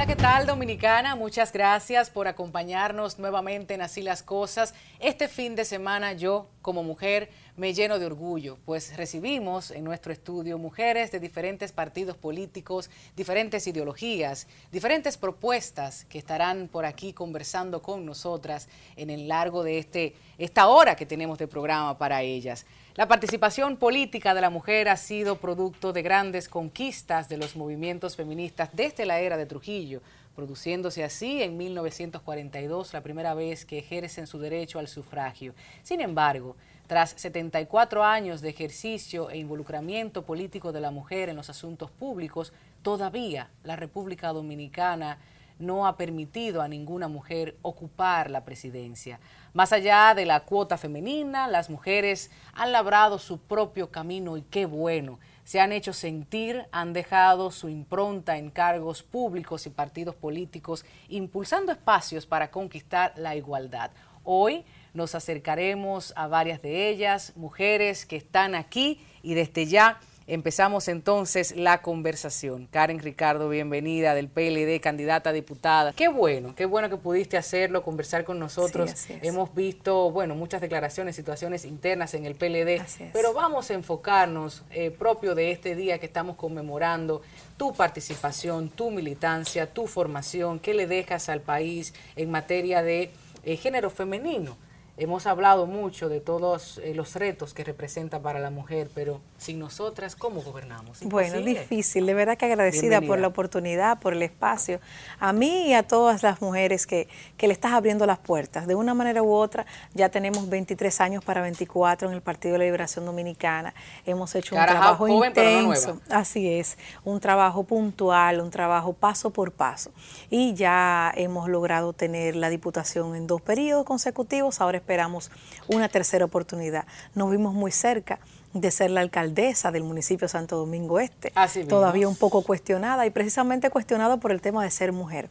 Hola, ¿qué tal, Dominicana? Muchas gracias por acompañarnos nuevamente en Así las Cosas. Este fin de semana yo, como mujer, me lleno de orgullo, pues recibimos en nuestro estudio mujeres de diferentes partidos políticos, diferentes ideologías, diferentes propuestas que estarán por aquí conversando con nosotras en el largo de esta hora que tenemos de programa para ellas. La participación política de la mujer ha sido producto de grandes conquistas de los movimientos feministas desde la era de Trujillo, produciéndose así en 1942 la primera vez que ejercen su derecho al sufragio. Sin embargo, tras 74 años de ejercicio e involucramiento político de la mujer en los asuntos públicos, todavía la República Dominicana no ha permitido a ninguna mujer ocupar la presidencia. Más allá de la cuota femenina, las mujeres han labrado su propio camino y qué bueno. Se han hecho sentir, han dejado su impronta en cargos públicos y partidos políticos, impulsando espacios para conquistar la igualdad. Hoy nos acercaremos a varias de ellas, mujeres que están aquí, y desde ya empezamos entonces la conversación. Karen Ricardo, bienvenida, del PLD, candidata a diputada. Qué bueno que pudiste hacerlo, conversar con nosotros. Sí, hemos visto, muchas declaraciones, situaciones internas en el PLD, pero vamos a enfocarnos propio de este día que estamos conmemorando, tu participación, tu militancia, tu formación, qué le dejas al país en materia de género femenino. Hemos hablado mucho de todos los retos que representa para la mujer, pero sin nosotras, ¿cómo gobernamos? Bueno, difícil, de verdad que agradecida por la oportunidad, por el espacio. A mí y a todas las mujeres que le estás abriendo las puertas. De una manera u otra, ya tenemos 23 años para 24 en el Partido de la Liberación Dominicana. Hemos hecho un trabajo intenso, así es, un trabajo puntual, un trabajo paso por paso. Y ya hemos logrado tener la diputación en 2 periodos consecutivos, ahora esperamos una tercera oportunidad. Nos vimos muy cerca de ser la alcaldesa del municipio de Santo Domingo Este, todavía un poco cuestionada y precisamente cuestionada por el tema de ser mujer.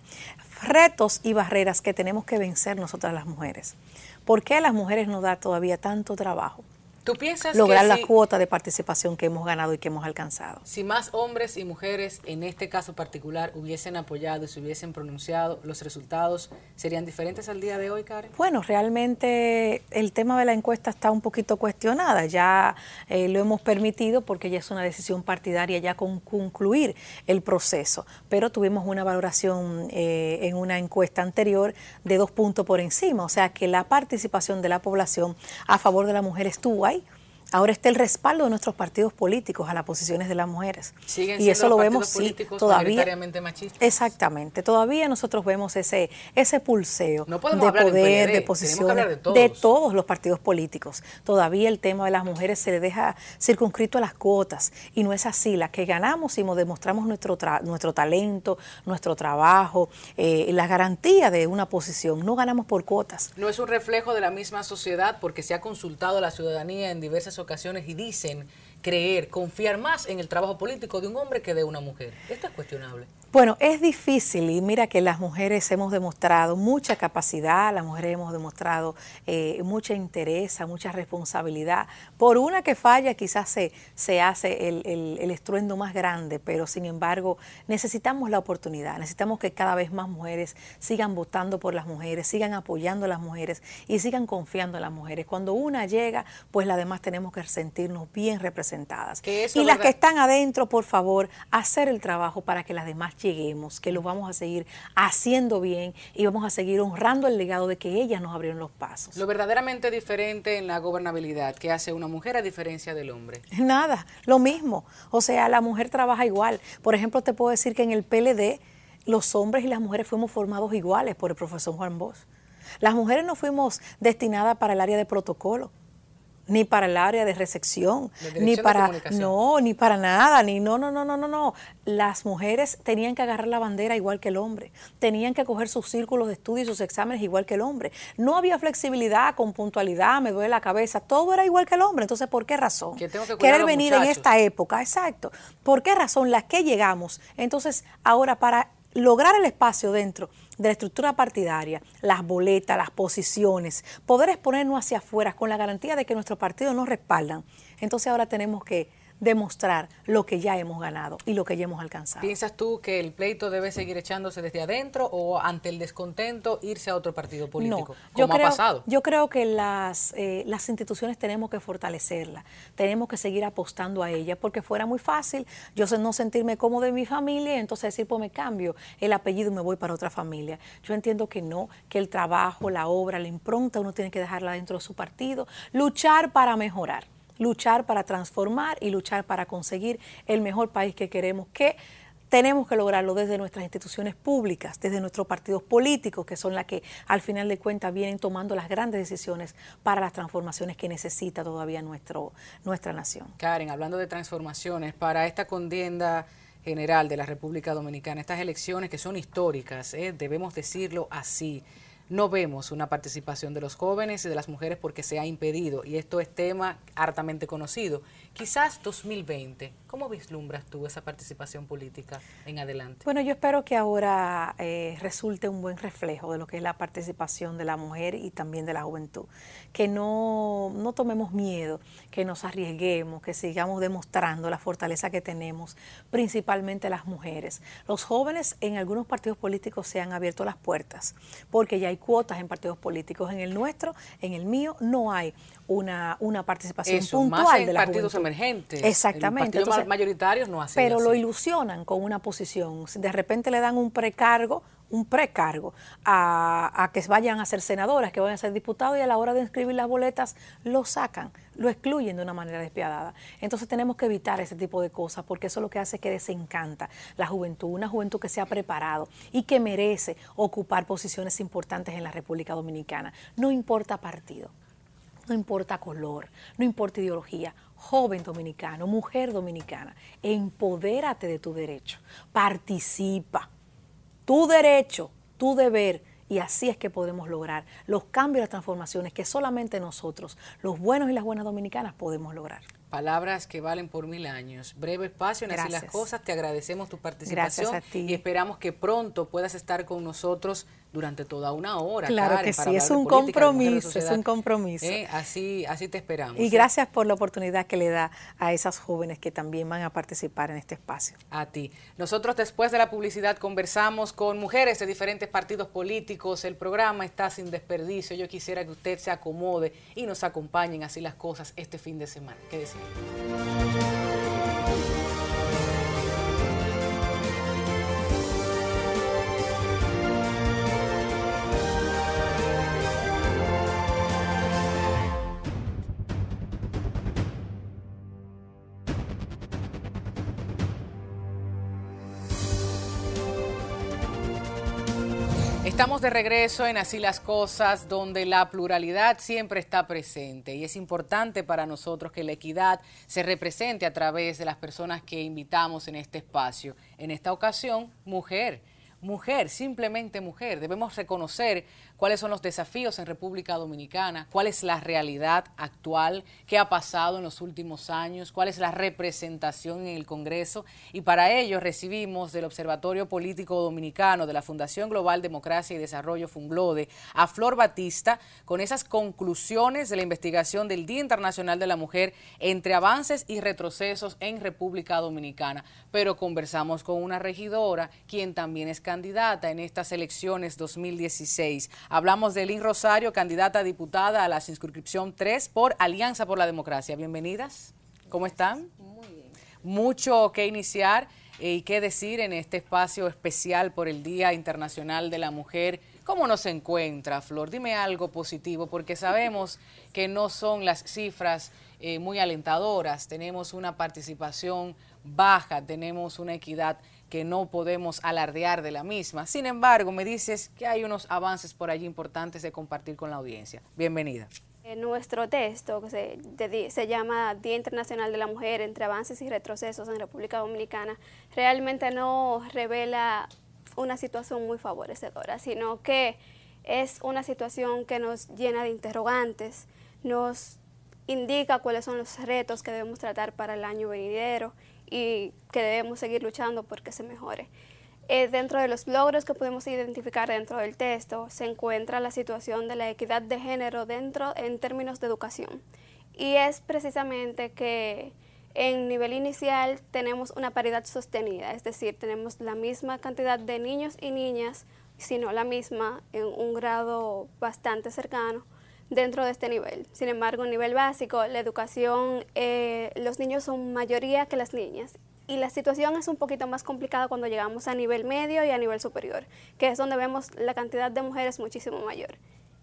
Retos y barreras que tenemos que vencer nosotras las mujeres. ¿Por qué a las mujeres nos da todavía tanto trabajo ¿Tú piensas lograr que la cuota de participación que hemos ganado y que hemos alcanzado? Si más hombres y mujeres en este caso particular hubiesen apoyado y se hubiesen pronunciado, los resultados serían diferentes al día de hoy, Karen? Bueno, realmente el tema de la encuesta está un poquito cuestionada, ya lo hemos permitido porque ya es una decisión partidaria ya con concluir el proceso, pero tuvimos una valoración en una encuesta anterior de 2 puntos por encima, o sea que la participación de la población a favor de la mujer estuvo ahí. Ahora está el respaldo de nuestros partidos políticos a las posiciones de las mujeres. Siguen y eso siendo lo partidos vemos políticos todavía mayoritariamente machistas. Exactamente, todavía nosotros vemos ese pulseo de poder, PLD, de posiciones de todos los partidos políticos. Todavía el tema de las mujeres se le deja circunscrito a las cuotas y no es así. Las que ganamos y demostramos nuestro talento, nuestro trabajo, la garantía de una posición, no ganamos por cuotas. No es un reflejo de la misma sociedad porque se ha consultado a la ciudadanía en diversas ocasiones y dicen confiar más en el trabajo político de un hombre que de una mujer. Esto es cuestionable. Bueno, es difícil y mira que las mujeres hemos demostrado mucha capacidad, las mujeres hemos demostrado mucha interés, mucha responsabilidad. Por una que falla quizás se hace el estruendo más grande, pero sin embargo necesitamos la oportunidad, necesitamos que cada vez más mujeres sigan votando por las mujeres, sigan apoyando a las mujeres y sigan confiando en las mujeres. Cuando una llega, pues las demás tenemos que sentirnos bien representadas. Y las que están adentro, por favor, hacer el trabajo para que las demás lleguemos, que lo vamos a seguir haciendo bien y vamos a seguir honrando el legado de que ellas nos abrieron los pasos. Lo verdaderamente diferente en la gobernabilidad, ¿qué hace una mujer a diferencia del hombre? Nada, lo mismo. O sea, la mujer trabaja igual. Por ejemplo, te puedo decir que en el PLD los hombres y las mujeres fuimos formados iguales por el profesor Juan Bosch. Las mujeres no fuimos destinadas para el área de protocolo, ni para el área de recepción, ni para nada, no. Las mujeres tenían que agarrar la bandera igual que el hombre, tenían que coger sus círculos de estudio y sus exámenes igual que el hombre. No había flexibilidad con puntualidad, me duele la cabeza, todo era igual que el hombre. Entonces, ¿por qué razón? Querer venir en esta época, exacto. ¿Por qué razón las que llegamos? Entonces, ahora para lograr el espacio dentro de la estructura partidaria, las boletas, las posiciones, poder exponernos hacia afuera con la garantía de que nuestros partidos nos respaldan. Entonces ahora tenemos que demostrar lo que ya hemos ganado y lo que ya hemos alcanzado. ¿Piensas tú que el pleito debe seguir echándose desde adentro o ante el descontento irse a otro partido político, como ha pasado? Yo creo que las instituciones tenemos que fortalecerlas, tenemos que seguir apostando a ellas, porque fuera muy fácil yo no sentirme cómodo en mi familia y entonces decir, pues me cambio el apellido y me voy para otra familia. Yo entiendo que no, que el trabajo, la obra, la impronta, uno tiene que dejarla dentro de su partido, luchar para mejorar, luchar para transformar y luchar para conseguir el mejor país que queremos, que tenemos que lograrlo desde nuestras instituciones públicas, desde nuestros partidos políticos, que son las que al final de cuentas vienen tomando las grandes decisiones para las transformaciones que necesita todavía nuestra nación. Karen, hablando de transformaciones, para esta contienda general de la República Dominicana, estas elecciones que son históricas, debemos decirlo así, no vemos una participación de los jóvenes y de las mujeres porque se ha impedido, y esto es tema hartamente conocido. Quizás 2020, ¿cómo vislumbras tú esa participación política en adelante? Bueno, yo espero que ahora resulte un buen reflejo de lo que es la participación de la mujer y también de la juventud. Que no tomemos miedo, que nos arriesguemos, que sigamos demostrando la fortaleza que tenemos, principalmente las mujeres. Los jóvenes en algunos partidos políticos se han abierto las puertas, porque ya hay cuotas en partidos políticos. En el nuestro, en el mío, no hay una participación puntual más en de la partidos juventud. emergentes. Exactamente. En partidos mayoritarios no hacen pero así. Lo ilusionan con una posición. De repente le dan un precargo a que vayan a ser senadoras, que vayan a ser diputados, y a la hora de inscribir las boletas lo sacan, lo excluyen de una manera despiadada. Entonces tenemos que evitar ese tipo de cosas, porque eso lo que hace es que desencanta la juventud, una juventud que se ha preparado y que merece ocupar posiciones importantes en la República Dominicana. No importa partido, no importa color, no importa ideología. Joven dominicano, mujer dominicana, empodérate de tu derecho, participa. Tu derecho, tu deber, y así es que podemos lograr los cambios y las transformaciones que solamente nosotros, los buenos y las buenas dominicanas, podemos lograr. Palabras que valen por 1000 años. Breve espacio en Así las Cosas. Te agradecemos tu participación. Gracias a ti. Y esperamos que pronto puedas estar con nosotros durante toda una hora. Claro, Karen, que sí, es un compromiso, es un compromiso. Así te esperamos. Y gracias por la oportunidad que le da a esas jóvenes que también van a participar en este espacio. A ti. Nosotros después de la publicidad conversamos con mujeres de diferentes partidos políticos. El programa está sin desperdicio. Yo quisiera que usted se acomode y nos acompañen Así las Cosas este fin de semana. ¿Qué decir? Estamos de regreso en Así las Cosas, donde la pluralidad siempre está presente y es importante para nosotros que la equidad se represente a través de las personas que invitamos en este espacio. En esta ocasión, mujer, simplemente mujer. Debemos reconocer cuáles son los desafíos en República Dominicana, cuál es la realidad actual, qué ha pasado en los últimos años, cuál es la representación en el Congreso, y para ello recibimos del Observatorio Político Dominicano de la Fundación Global Democracia y Desarrollo Funglode a Flor Batista con esas conclusiones de la investigación del Día Internacional de la Mujer entre avances y retrocesos en República Dominicana. Pero conversamos con una regidora, quien también es candidata en estas elecciones 2016. Hablamos de Lynn Rosario, candidata a diputada a la circunscripción 3 por Alianza por la Democracia. Bienvenidas. ¿Cómo están? Muy bien. Mucho que iniciar y qué decir en este espacio especial por el Día Internacional de la Mujer. ¿Cómo nos encuentra, Flor? Dime algo positivo, porque sabemos que no son las cifras muy alentadoras. Tenemos una participación baja, tenemos una equidad que no podemos alardear de la misma. Sin embargo, me dices que hay unos avances por allí importantes de compartir con la audiencia. Bienvenida. Nuestro texto, que se llama Día Internacional de la Mujer entre avances y retrocesos en República Dominicana, realmente no revela una situación muy favorecedora, sino que es una situación que nos llena de interrogantes, nos indica cuáles son los retos que debemos tratar para el año venidero y que debemos seguir luchando porque se mejore. Dentro de los logros que podemos identificar dentro del texto se encuentra la situación de la equidad de género en términos de educación. Y es precisamente que En nivel inicial tenemos una paridad sostenida, es decir, tenemos la misma cantidad de niños y niñas, sino la misma en un grado bastante cercano dentro de este nivel. Sin embargo, en nivel básico, la educación, los niños son mayoría que las niñas. Y la situación es un poquito más complicada cuando llegamos a nivel medio y a nivel superior, que es donde vemos la cantidad de mujeres muchísimo mayor.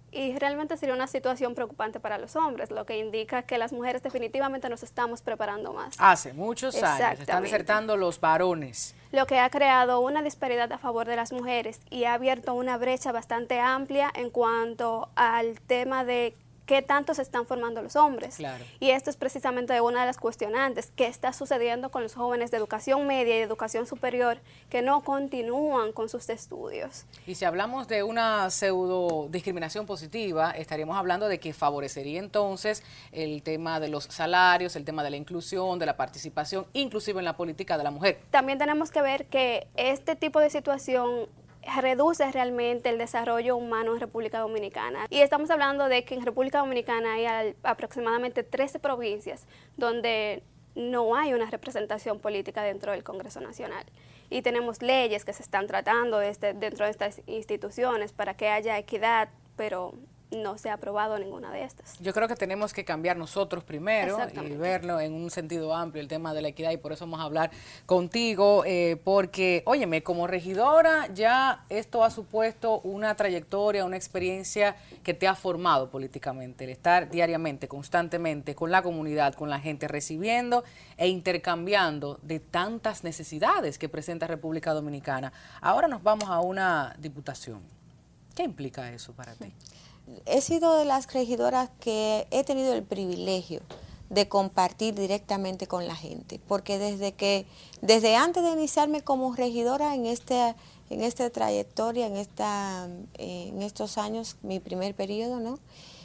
Y realmente sería una situación preocupante para los hombres, lo que indica que las mujeres definitivamente nos estamos preparando más. Hace muchos años están desertando los varones. Lo que ha creado una disparidad a favor de las mujeres y ha abierto una brecha bastante amplia en cuanto al tema de qué tanto se están formando los hombres. Claro. Y esto es precisamente una de las cuestionantes. ¿Qué está sucediendo con los jóvenes de educación media y de educación superior que no continúan con sus estudios? Y si hablamos de una pseudo discriminación positiva, estaríamos hablando de que favorecería entonces el tema de los salarios, el tema de la inclusión, de la participación, inclusive en la política de la mujer. También tenemos que ver que este tipo de situación reduce realmente el desarrollo humano en República Dominicana. Y estamos hablando de que en República Dominicana hay aproximadamente 13 provincias donde no hay una representación política dentro del Congreso Nacional. Y tenemos leyes que se están tratando dentro de estas instituciones para que haya equidad, pero no se ha aprobado ninguna de estas. Yo creo que tenemos que cambiar nosotros primero y verlo en un sentido amplio, el tema de la equidad, y por eso vamos a hablar contigo, porque, óyeme, como regidora ya esto ha supuesto una trayectoria, una experiencia que te ha formado políticamente, el estar diariamente, constantemente con la comunidad, con la gente, recibiendo e intercambiando de tantas necesidades que presenta República Dominicana. Ahora nos vamos a una diputación. ¿Qué implica eso para ti? He sido de las regidoras que he tenido el privilegio de compartir directamente con la gente, porque desde antes de iniciarme como regidora en esta trayectoria, en estos años, mi primer periodo, ¿no?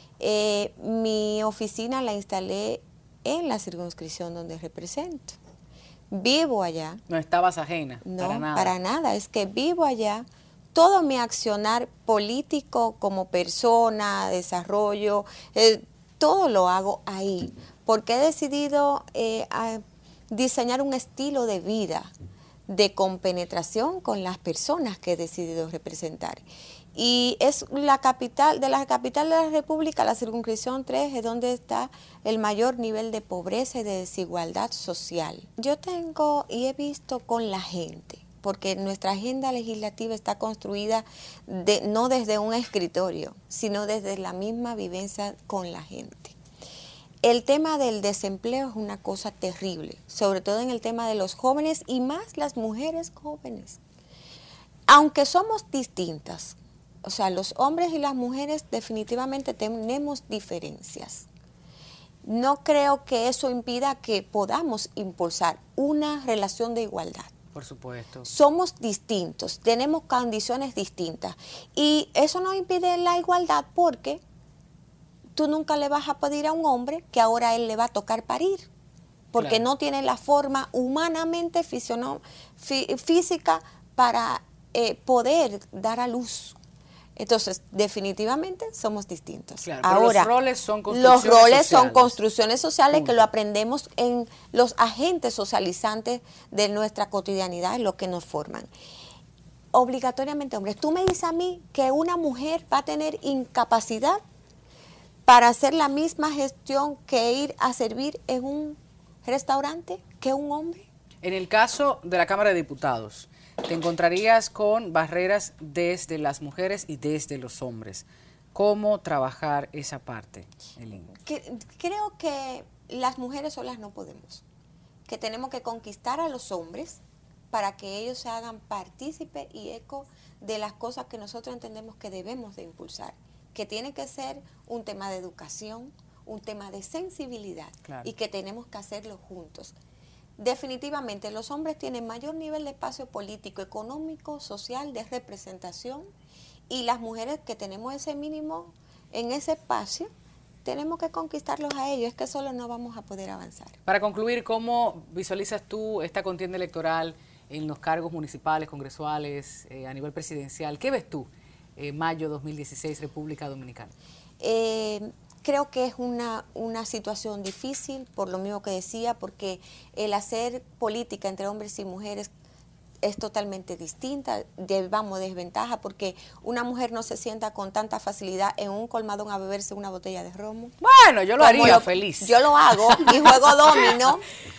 Mi oficina la instalé en la circunscripción donde represento. Vivo allá. No estabas ajena, no, para nada. Para nada, es que vivo allá. Todo mi accionar político como persona, desarrollo, todo lo hago ahí, porque he decidido diseñar un estilo de vida de compenetración con las personas que he decidido representar. Y es la capital de la República, la circunscripción 3, es donde está el mayor nivel de pobreza y de desigualdad social. Yo tengo y he visto con la gente, porque nuestra agenda legislativa está construida no desde un escritorio, sino desde la misma vivencia con la gente. El tema del desempleo es una cosa terrible, sobre todo en el tema de los jóvenes y más las mujeres jóvenes. Aunque somos distintas, o sea, los hombres y las mujeres definitivamente tenemos diferencias. No creo que eso impida que podamos impulsar una relación de igualdad. Por supuesto. Somos distintos, tenemos condiciones distintas y eso no impide la igualdad, porque tú nunca le vas a pedir a un hombre que ahora a él le va a tocar parir, porque no tiene la forma humanamente física para poder dar a luz. Entonces, definitivamente somos distintos. Claro, ahora, los roles son construcciones sociales. Los roles sociales. son construcciones sociales. Punto. Que lo aprendemos en los agentes socializantes de nuestra cotidianidad, lo que nos forman. Obligatoriamente hombres. Tú me dices a mí que una mujer va a tener incapacidad para hacer la misma gestión que ir a servir en un restaurante que un hombre. En el caso de la Cámara de Diputados, te encontrarías con barreras desde las mujeres y desde los hombres. ¿Cómo trabajar esa parte, Elin? Creo que las mujeres solas no podemos, que tenemos que conquistar a los hombres para que ellos se hagan partícipe y eco de las cosas que nosotros entendemos que debemos de impulsar, que tiene que ser un tema de educación, un tema de sensibilidad, claro, y que tenemos que hacerlo juntos. Definitivamente los hombres tienen mayor nivel de espacio político, económico, social, de representación, y las mujeres que tenemos ese mínimo en ese espacio, tenemos que conquistarlos a ellos, es que solo no vamos a poder avanzar. Para concluir, ¿cómo visualizas tú esta contienda electoral en los cargos municipales, congresuales, a nivel presidencial? ¿Qué ves tú, mayo 2016, República Dominicana? creo que es una situación difícil, por lo mismo que decía, porque el hacer política entre hombres y mujeres es totalmente distinta, llevamos desventaja porque una mujer no se sienta con tanta facilidad en un colmadón a beberse una botella de romo. Bueno, yo lo haría feliz. Yo lo hago y juego domino,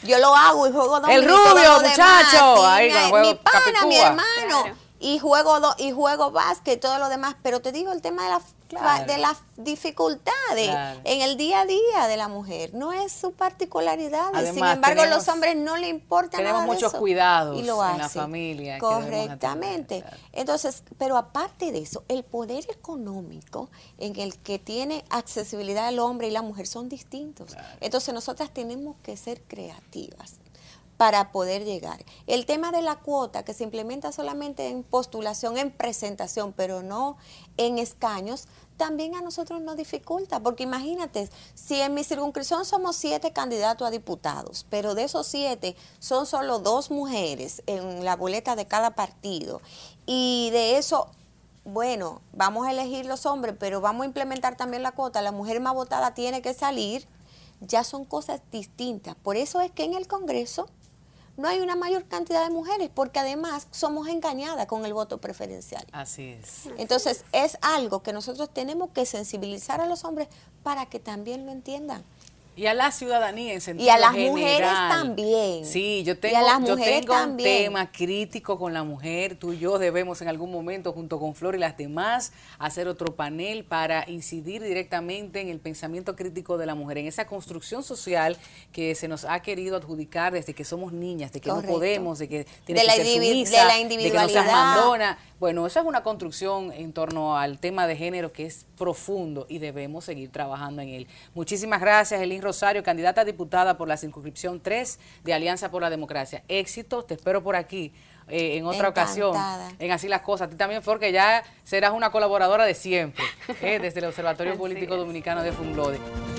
El rubio, muchacho, ahí mi pana, Capicúa, mi hermano. Claro. Y juego básquet, todo lo demás, pero te digo el tema de las dificultades en el día a día de la mujer, no es su particularidad. Sin embargo, los hombres no le importa nada de eso. Tenemos muchos cuidados en la familia. Correctamente. Entonces, pero aparte de eso, el poder económico en el que tiene accesibilidad el hombre y la mujer son distintos. Claro. Entonces, nosotras tenemos que ser creativas para poder llegar. El tema de la cuota, que se implementa solamente en postulación, en presentación, pero no en escaños, también a nosotros nos dificulta, porque imagínate, si en mi circunscripción somos 7 candidatos a diputados, pero de esos 7 son solo 2 mujeres en la boleta de cada partido, y de eso, bueno, vamos a elegir los hombres, pero vamos a implementar también la cuota, la mujer más votada tiene que salir, ya son cosas distintas. Por eso es que en el Congreso no hay una mayor cantidad de mujeres, porque además somos engañadas con el voto preferencial. Así es. Entonces, es algo que nosotros tenemos que sensibilizar a los hombres para que también lo entiendan. Y a la ciudadanía en sentido general. Y a las general. Mujeres también. Sí, yo tengo un tema crítico con la mujer. Tú y yo debemos en algún momento, junto con Flor y las demás, hacer otro panel para incidir directamente en el pensamiento crítico de la mujer, en esa construcción social que se nos ha querido adjudicar desde que somos niñas, de que no podemos, de que tiene que ser sumisa, de la individualidad, de que no seas mandona. Bueno, eso es una construcción en torno al tema de género que es profundo y debemos seguir trabajando en él. Muchísimas gracias, Elin Rosario, candidata a diputada por la circunscripción 3 de Alianza por la Democracia. Éxito, te espero por aquí en otra ocasión, en Así las Cosas. A ti también, Flor, que ya serás una colaboradora de siempre, desde el Observatorio Político Dominicano de Funglode.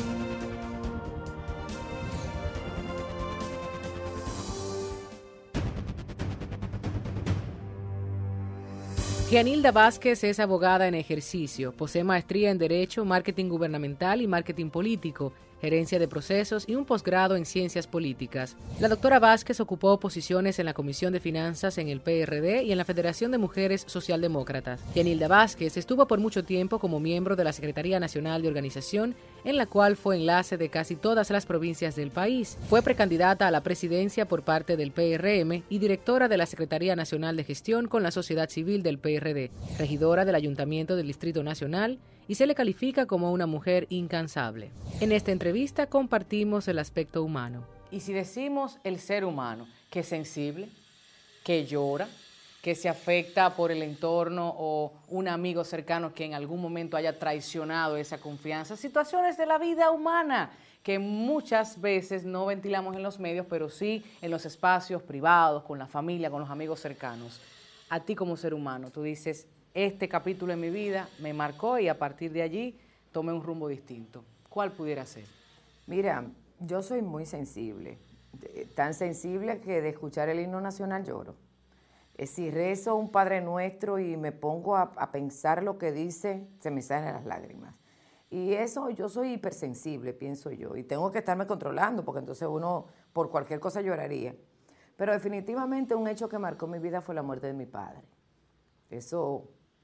Gianilda Vázquez es abogada en ejercicio, posee maestría en Derecho, Marketing Gubernamental y Marketing Político, Gerencia de Procesos y un posgrado en Ciencias Políticas. La doctora Vázquez ocupó posiciones en la Comisión de Finanzas en el PRD y en la Federación de Mujeres Socialdemócratas. Gianilda Vázquez estuvo por mucho tiempo como miembro de la Secretaría Nacional de Organización, en la cual fue enlace de casi todas las provincias del país. Fue precandidata a la presidencia por parte del PRM y directora de la Secretaría Nacional de Gestión con la Sociedad Civil del PRD, regidora del Ayuntamiento del Distrito Nacional, y se le califica como una mujer incansable. En esta entrevista compartimos el aspecto humano. Y si decimos el ser humano, que es sensible, que llora, que se afecta por el entorno o un amigo cercano que en algún momento haya traicionado esa confianza, situaciones de la vida humana que muchas veces no ventilamos en los medios, pero sí en los espacios privados, con la familia, con los amigos cercanos. A ti como ser humano, tú dices, este capítulo en mi vida me marcó y a partir de allí tomé un rumbo distinto. ¿Cuál pudiera ser? Mira, yo soy muy sensible, tan sensible que de escuchar el himno nacional lloro. Si rezo un Padre Nuestro y me pongo a pensar lo que dice, se me salen las lágrimas. Y eso, yo soy hipersensible, pienso yo, y tengo que estarme controlando porque entonces uno por cualquier cosa lloraría. Pero definitivamente un hecho que marcó mi vida fue la muerte de mi padre. Eso,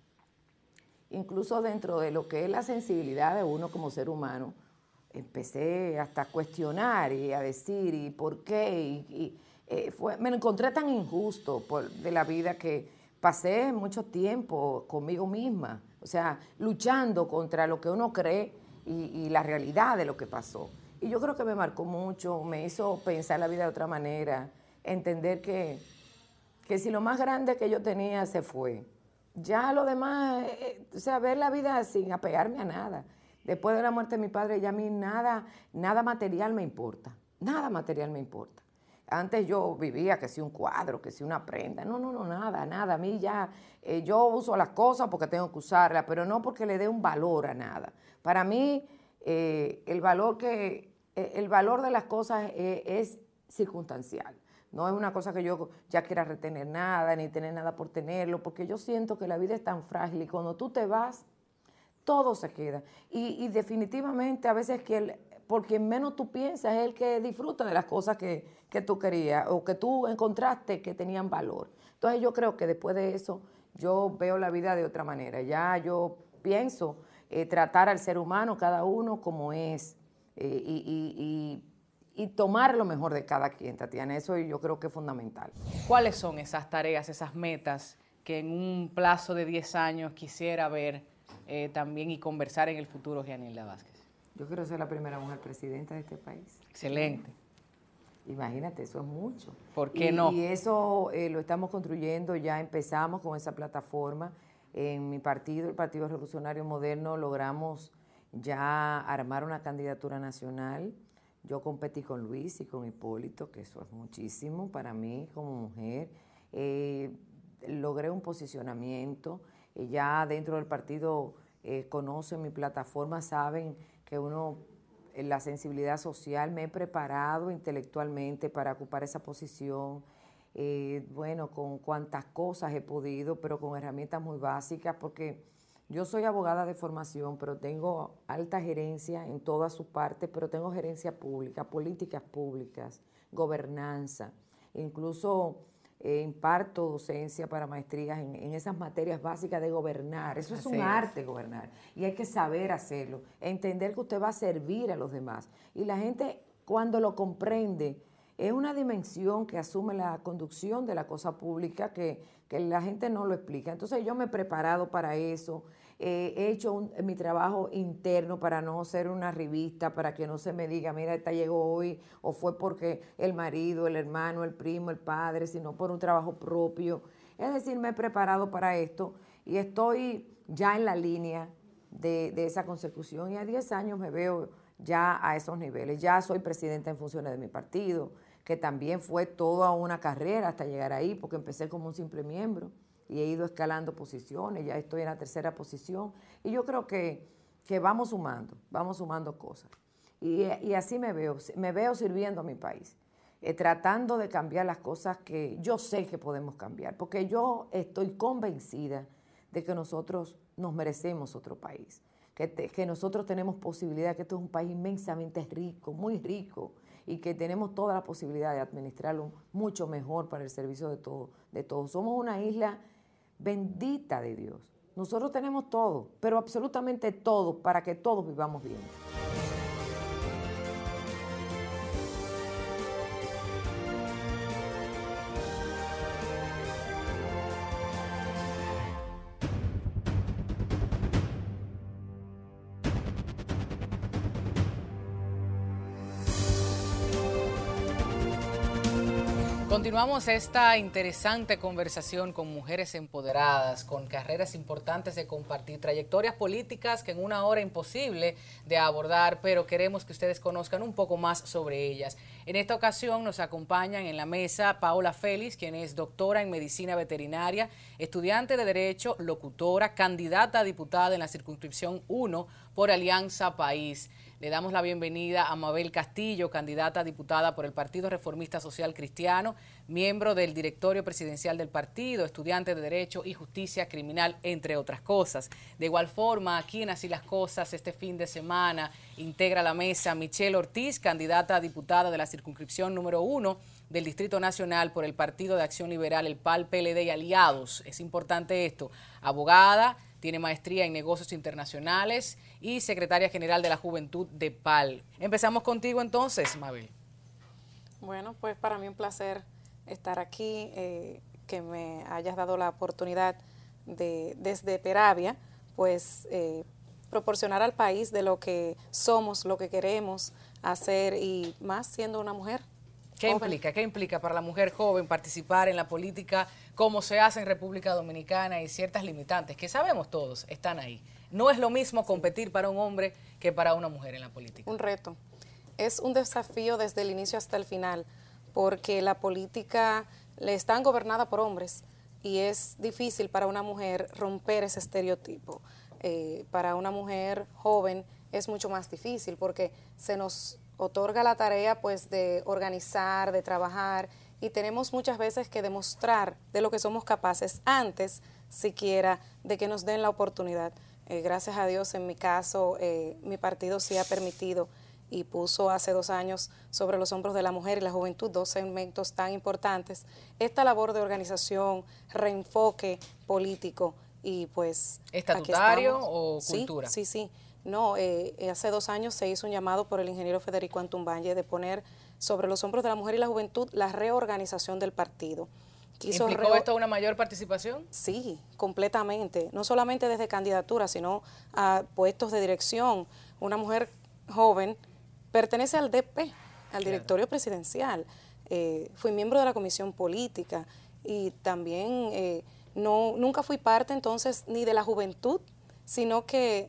incluso dentro de lo que es la sensibilidad de uno como ser humano, empecé hasta a cuestionar y a decir, ¿y por qué? Me lo encontré tan injusto de la vida que pasé mucho tiempo conmigo misma, o sea, luchando contra lo que uno cree y la realidad de lo que pasó. Y yo creo que me marcó mucho, me hizo pensar la vida de otra manera, entender que si lo más grande que yo tenía se fue, ya lo demás, o sea, ver la vida sin apegarme a nada. Después de la muerte de mi padre, ya a mí nada material me importa, nada material me importa. Antes yo vivía que si un cuadro, que si una prenda, no, nada. A mí ya, yo uso las cosas porque tengo que usarlas, pero no porque le dé un valor a nada. Para mí, el valor de las cosas es circunstancial. No es una cosa que yo ya quiera retener nada, ni tener nada por tenerlo, porque yo siento que la vida es tan frágil y cuando tú te vas, todo se queda. Y definitivamente a veces por quien menos tú piensas es el que disfruta de las cosas que tú querías o que tú encontraste que tenían valor. Entonces yo creo que después de eso yo veo la vida de otra manera. Ya yo pienso tratar al ser humano, cada uno como es, y tomar lo mejor de cada quien, Tatiana. Eso yo creo que es fundamental. ¿Cuáles son esas tareas, esas metas que en un plazo de 10 años quisiera ver también y conversar en el futuro, Gianilda Vázquez? Yo quiero ser la primera mujer presidenta de este país. Excelente. Imagínate, eso es mucho. ¿Por qué no? Y eso lo estamos construyendo, ya empezamos con esa plataforma. En mi partido, el Partido Revolucionario Moderno, logramos ya armar una candidatura nacional. Yo competí con Luis y con Hipólito, que eso es muchísimo para mí como mujer. Logré un posicionamiento. Ya dentro del partido conocen mi plataforma, saben que la sensibilidad social, me he preparado intelectualmente para ocupar esa posición. Bueno, con cuantas cosas he podido, pero con herramientas muy básicas, porque yo soy abogada de formación, pero tengo alta gerencia en todas sus partes, pero tengo gerencia pública, políticas públicas, gobernanza, incluso imparto docencia para maestrías en esas materias básicas de gobernar. Eso es un arte, gobernar, y hay que saber hacerlo, entender que usted va a servir a los demás. Y la gente, cuando lo comprende, es una dimensión que asume la conducción de la cosa pública que la gente no lo explica. Entonces yo me he preparado para eso, he hecho mi trabajo interno para no ser una revista, para que no se me diga, mira, esta llegó hoy, o fue porque el marido, el hermano, el primo, el padre, sino por un trabajo propio. Es decir, me he preparado para esto y estoy ya en la línea de esa consecución, y a 10 años me veo ya a esos niveles. Ya soy presidenta en funciones de mi partido, que también fue toda una carrera hasta llegar ahí, porque empecé como un simple miembro y he ido escalando posiciones, ya estoy en la 3ª posición, y yo creo que vamos sumando cosas. Y así me veo sirviendo a mi país, tratando de cambiar las cosas que yo sé que podemos cambiar, porque yo estoy convencida de que nosotros nos merecemos otro país, que nosotros tenemos posibilidad, que esto es un país inmensamente rico, muy rico, y que tenemos toda la posibilidad de administrarlo mucho mejor para el servicio de todos. Somos una isla bendita de Dios. Nosotros tenemos todo, pero absolutamente todo, para que todos vivamos bien. Continuamos esta interesante conversación con mujeres empoderadas, con carreras importantes de compartir, trayectorias políticas que en una hora imposible de abordar, pero queremos que ustedes conozcan un poco más sobre ellas. En esta ocasión nos acompañan en la mesa Paola Félix, quien es doctora en medicina veterinaria, estudiante de Derecho, locutora, candidata a diputada en la circunscripción 1 por Alianza País. Le damos la bienvenida a Mabel Castillo, candidata a diputada por el Partido Reformista Social Cristiano, miembro del directorio presidencial del partido, estudiante de Derecho y Justicia Criminal, entre otras cosas. De igual forma, aquí en Así las Cosas, este fin de semana, integra la mesa Michelle Ortiz, candidata a diputada de la circunscripción número 1 del Distrito Nacional por el Partido de Acción Liberal, el PAL, PLD y aliados. Es importante esto. Abogada, tiene maestría en negocios internacionales y secretaria general de la Juventud de PAL. Empezamos contigo entonces, Mabel. Bueno, pues para mí un placer estar aquí, que me hayas dado la oportunidad de, desde Peravia, pues proporcionar al país de lo que somos, lo que queremos hacer, y más siendo una mujer. ¿Qué implica para la mujer joven participar en la política como se hace en República Dominicana, y ciertas limitantes que sabemos todos están ahí? No es lo mismo competir para un hombre que para una mujer en la política. Un reto. Es un desafío desde el inicio hasta el final, porque la política le están gobernada por hombres y es difícil para una mujer romper ese estereotipo. Para una mujer joven es mucho más difícil porque se nos otorga la tarea pues de organizar, de trabajar, y tenemos muchas veces que demostrar de lo que somos capaces antes siquiera de que nos den la oportunidad. Gracias a Dios, en mi caso, mi partido sí ha permitido y puso hace 2 años sobre los hombros de la mujer y la juventud 2 segmentos tan importantes. Esta labor de organización, reenfoque político y pues... ¿Estatutario o cultura? Sí, sí. No, hace 2 años se hizo un llamado por el ingeniero Federico Antumbaye de poner sobre los hombros de la mujer y la juventud la reorganización del partido. ¿Implicó esto una mayor participación? Sí, completamente. No solamente desde candidatura, sino a puestos de dirección. Una mujer joven pertenece al DP, al directorio presidencial. Fui miembro de la comisión política y también nunca fui parte entonces ni de la juventud, sino que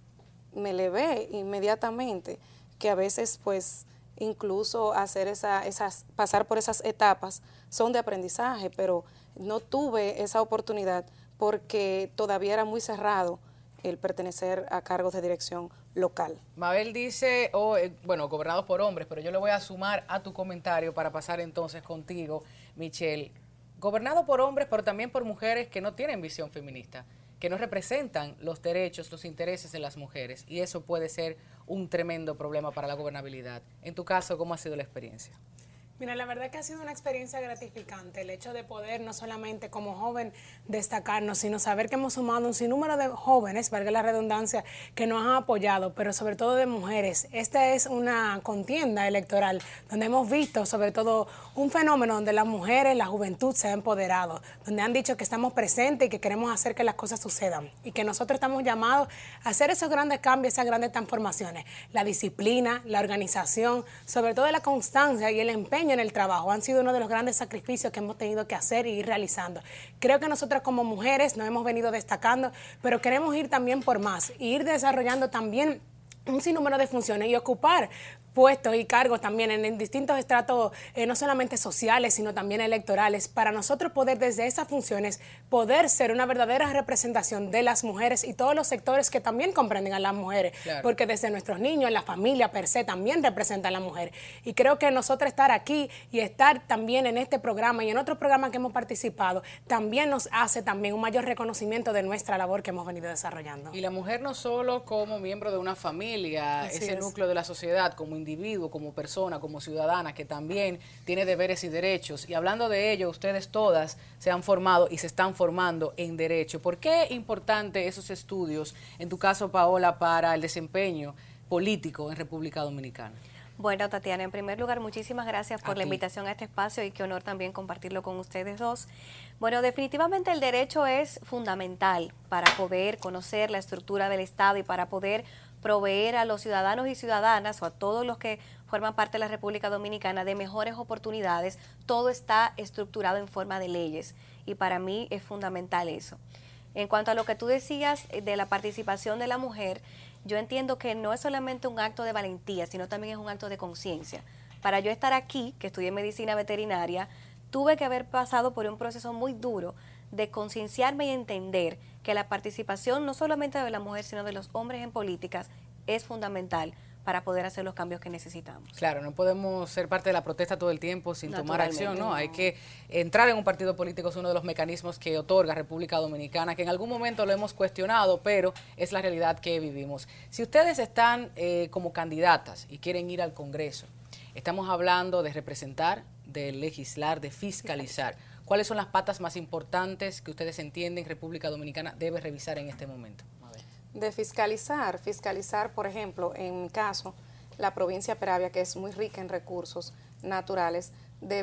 me elevé inmediatamente, que a veces pues incluso hacer pasar por esas etapas son de aprendizaje, pero no tuve esa oportunidad porque todavía era muy cerrado el pertenecer a cargos de dirección local. Mabel dice, bueno, gobernados por hombres, pero yo le voy a sumar a tu comentario para pasar entonces contigo, Michelle. Gobernado por hombres, pero también por mujeres que no tienen visión feminista, que no representan los derechos, los intereses de las mujeres, y eso puede ser un tremendo problema para la gobernabilidad. En tu caso, ¿cómo ha sido la experiencia? Mira, la verdad que ha sido una experiencia gratificante el hecho de poder no solamente como joven destacarnos, sino saber que hemos sumado un sinnúmero de jóvenes, valga la redundancia, que nos han apoyado, pero sobre todo de mujeres. Esta es una contienda electoral donde hemos visto sobre todo un fenómeno donde las mujeres, la juventud se ha empoderado, donde han dicho que estamos presentes y que queremos hacer que las cosas sucedan y que nosotros estamos llamados a hacer esos grandes cambios, esas grandes transformaciones. La disciplina, la organización, sobre todo la constancia y el empeño en el trabajo han sido uno de los grandes sacrificios que hemos tenido que hacer y ir realizando. Creo que nosotros como mujeres nos hemos venido destacando, pero queremos ir también por más, y ir desarrollando también un sinnúmero de funciones y ocupar puestos y cargos también en distintos estratos, no solamente sociales, sino también electorales, para nosotros poder desde esas funciones poder ser una verdadera representación de las mujeres y todos los sectores que también comprenden a las mujeres, claro, porque desde nuestros niños, la familia per se también representa a la mujer. Y creo que nosotros estar aquí y estar también en este programa y en otros programas que hemos participado, también nos hace también un mayor reconocimiento de nuestra labor que hemos venido desarrollando. Y la mujer no solo como miembro de una familia, ese núcleo de la sociedad, como individuo, como persona, como ciudadana, que también tiene deberes y derechos. Y hablando de ello, ustedes todas se han formado y se están formando en derecho. ¿Por qué es importante esos estudios, en tu caso, Paola, para el desempeño político en República Dominicana? Bueno, Tatiana, en primer lugar, muchísimas gracias por la invitación a este espacio y qué honor también compartirlo con ustedes dos. Bueno, definitivamente el derecho es fundamental para poder conocer la estructura del Estado y para poder proveer a los ciudadanos y ciudadanas o a todos los que forman parte de la República Dominicana de mejores oportunidades. Todo está estructurado en forma de leyes y para mí es fundamental eso. En cuanto a lo que tú decías de la participación de la mujer, yo entiendo que no es solamente un acto de valentía, sino también es un acto de conciencia. Para yo estar aquí, que estudié medicina veterinaria, tuve que haber pasado por un proceso muy duro de concienciarme y entender que la participación no solamente de la mujer, sino de los hombres en políticas es fundamental para poder hacer los cambios que necesitamos. Claro, no podemos ser parte de la protesta todo el tiempo sin tomar acción, ¿no? Hay que entrar en un partido político, es uno de los mecanismos que otorga República Dominicana, que en algún momento lo hemos cuestionado, pero es la realidad que vivimos. Si ustedes están como candidatas y quieren ir al Congreso, estamos hablando de representar, de legislar, de fiscalizar. ¿Cuáles son las patas más importantes que ustedes entienden República Dominicana debe revisar en este momento? De fiscalizar, por ejemplo, en mi caso, la provincia de Peravia, que es muy rica en recursos naturales,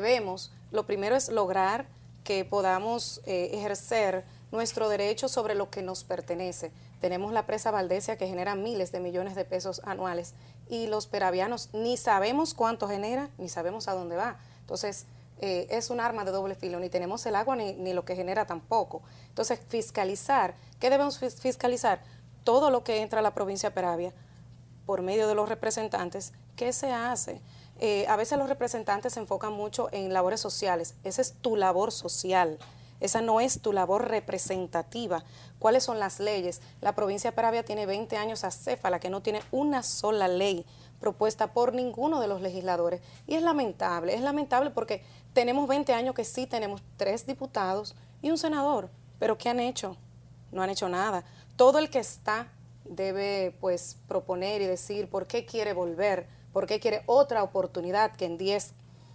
lo primero es lograr que podamos ejercer nuestro derecho sobre lo que nos pertenece. Tenemos la presa Valdesia que genera miles de millones de pesos anuales y los peravianos ni sabemos cuánto genera, ni sabemos a dónde va. Entonces, es un arma de doble filo, ni tenemos el agua ni lo que genera tampoco. Entonces, fiscalizar, ¿qué debemos fiscalizar? Todo lo que entra a la provincia de Peravia por medio de los representantes, ¿qué se hace? A veces los representantes se enfocan mucho en labores sociales, esa es tu labor social, esa no es tu labor representativa. ¿Cuáles son las leyes? La provincia de Peravia tiene 20 años acéfala, que no tiene una sola ley propuesta por ninguno de los legisladores. Y es lamentable porque tenemos 20 años que sí tenemos 3 diputados y un senador, pero ¿qué han hecho? No han hecho nada. todo el que está debe pues proponer y decir por qué quiere volver, por qué quiere otra oportunidad que en 10,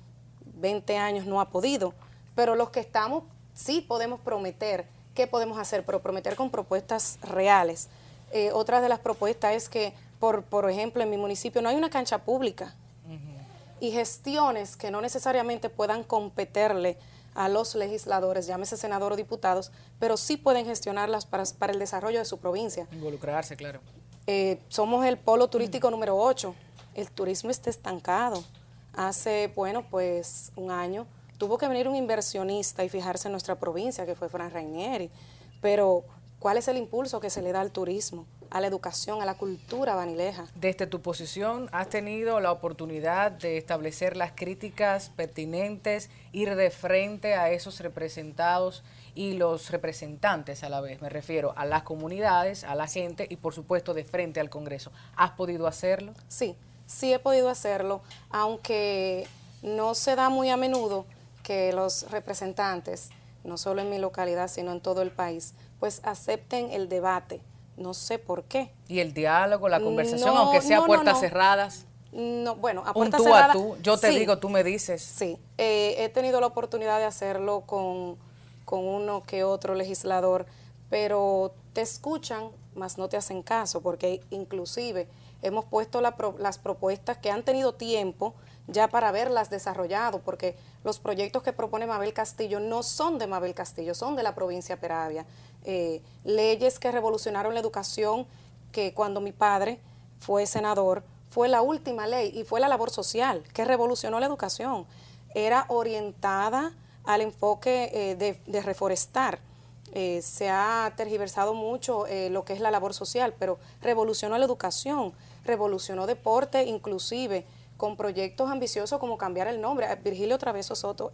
20 años no ha podido. Pero los que estamos sí podemos prometer qué podemos hacer, pero prometer con propuestas reales. Otra de las propuestas es que, por ejemplo, en mi municipio no hay una cancha pública y gestiones que no necesariamente puedan competirle a los legisladores, llámese senador o diputados, pero sí pueden gestionarlas para el desarrollo de su provincia. Involucrarse, claro. Somos el polo turístico número 8. El turismo está estancado. Hace, bueno, pues un año tuvo que venir un inversionista y fijarse en nuestra provincia, que fue Fran Rainieri. Pero, ¿cuál es el impulso que se le da al turismo, a la educación, a la cultura banileja? Desde tu posición, ¿has tenido la oportunidad de establecer las críticas pertinentes, ir de frente a esos representados y los representantes a la vez? Me refiero a las comunidades, a la gente y, por supuesto, de frente al Congreso. ¿Has podido hacerlo? Sí, sí he podido hacerlo, aunque no se da muy a menudo que los representantes, no solo en mi localidad, sino en todo el país, pues acepten el debate. No sé por qué. ¿Y el diálogo, la conversación, aunque sea a puertas cerradas? No, bueno, a puertas cerradas. Un tú a tú, yo te digo, tú me dices. Sí, he tenido la oportunidad de hacerlo con uno que otro legislador, pero te escuchan, mas no te hacen caso, porque inclusive hemos puesto las propuestas que han tenido tiempo ya para haberlas desarrollado, porque los proyectos que propone Mabel Castillo no son de Mabel Castillo, son de la provincia de Peravia. Leyes que revolucionaron la educación, que cuando mi padre fue senador, fue la última ley y fue la labor social que revolucionó la educación. Era orientada al enfoque de reforestar. Se ha tergiversado mucho lo que es la labor social, pero revolucionó la educación, revolucionó deporte, inclusive con proyectos ambiciosos como cambiar el nombre. Virgilio Traveso Soto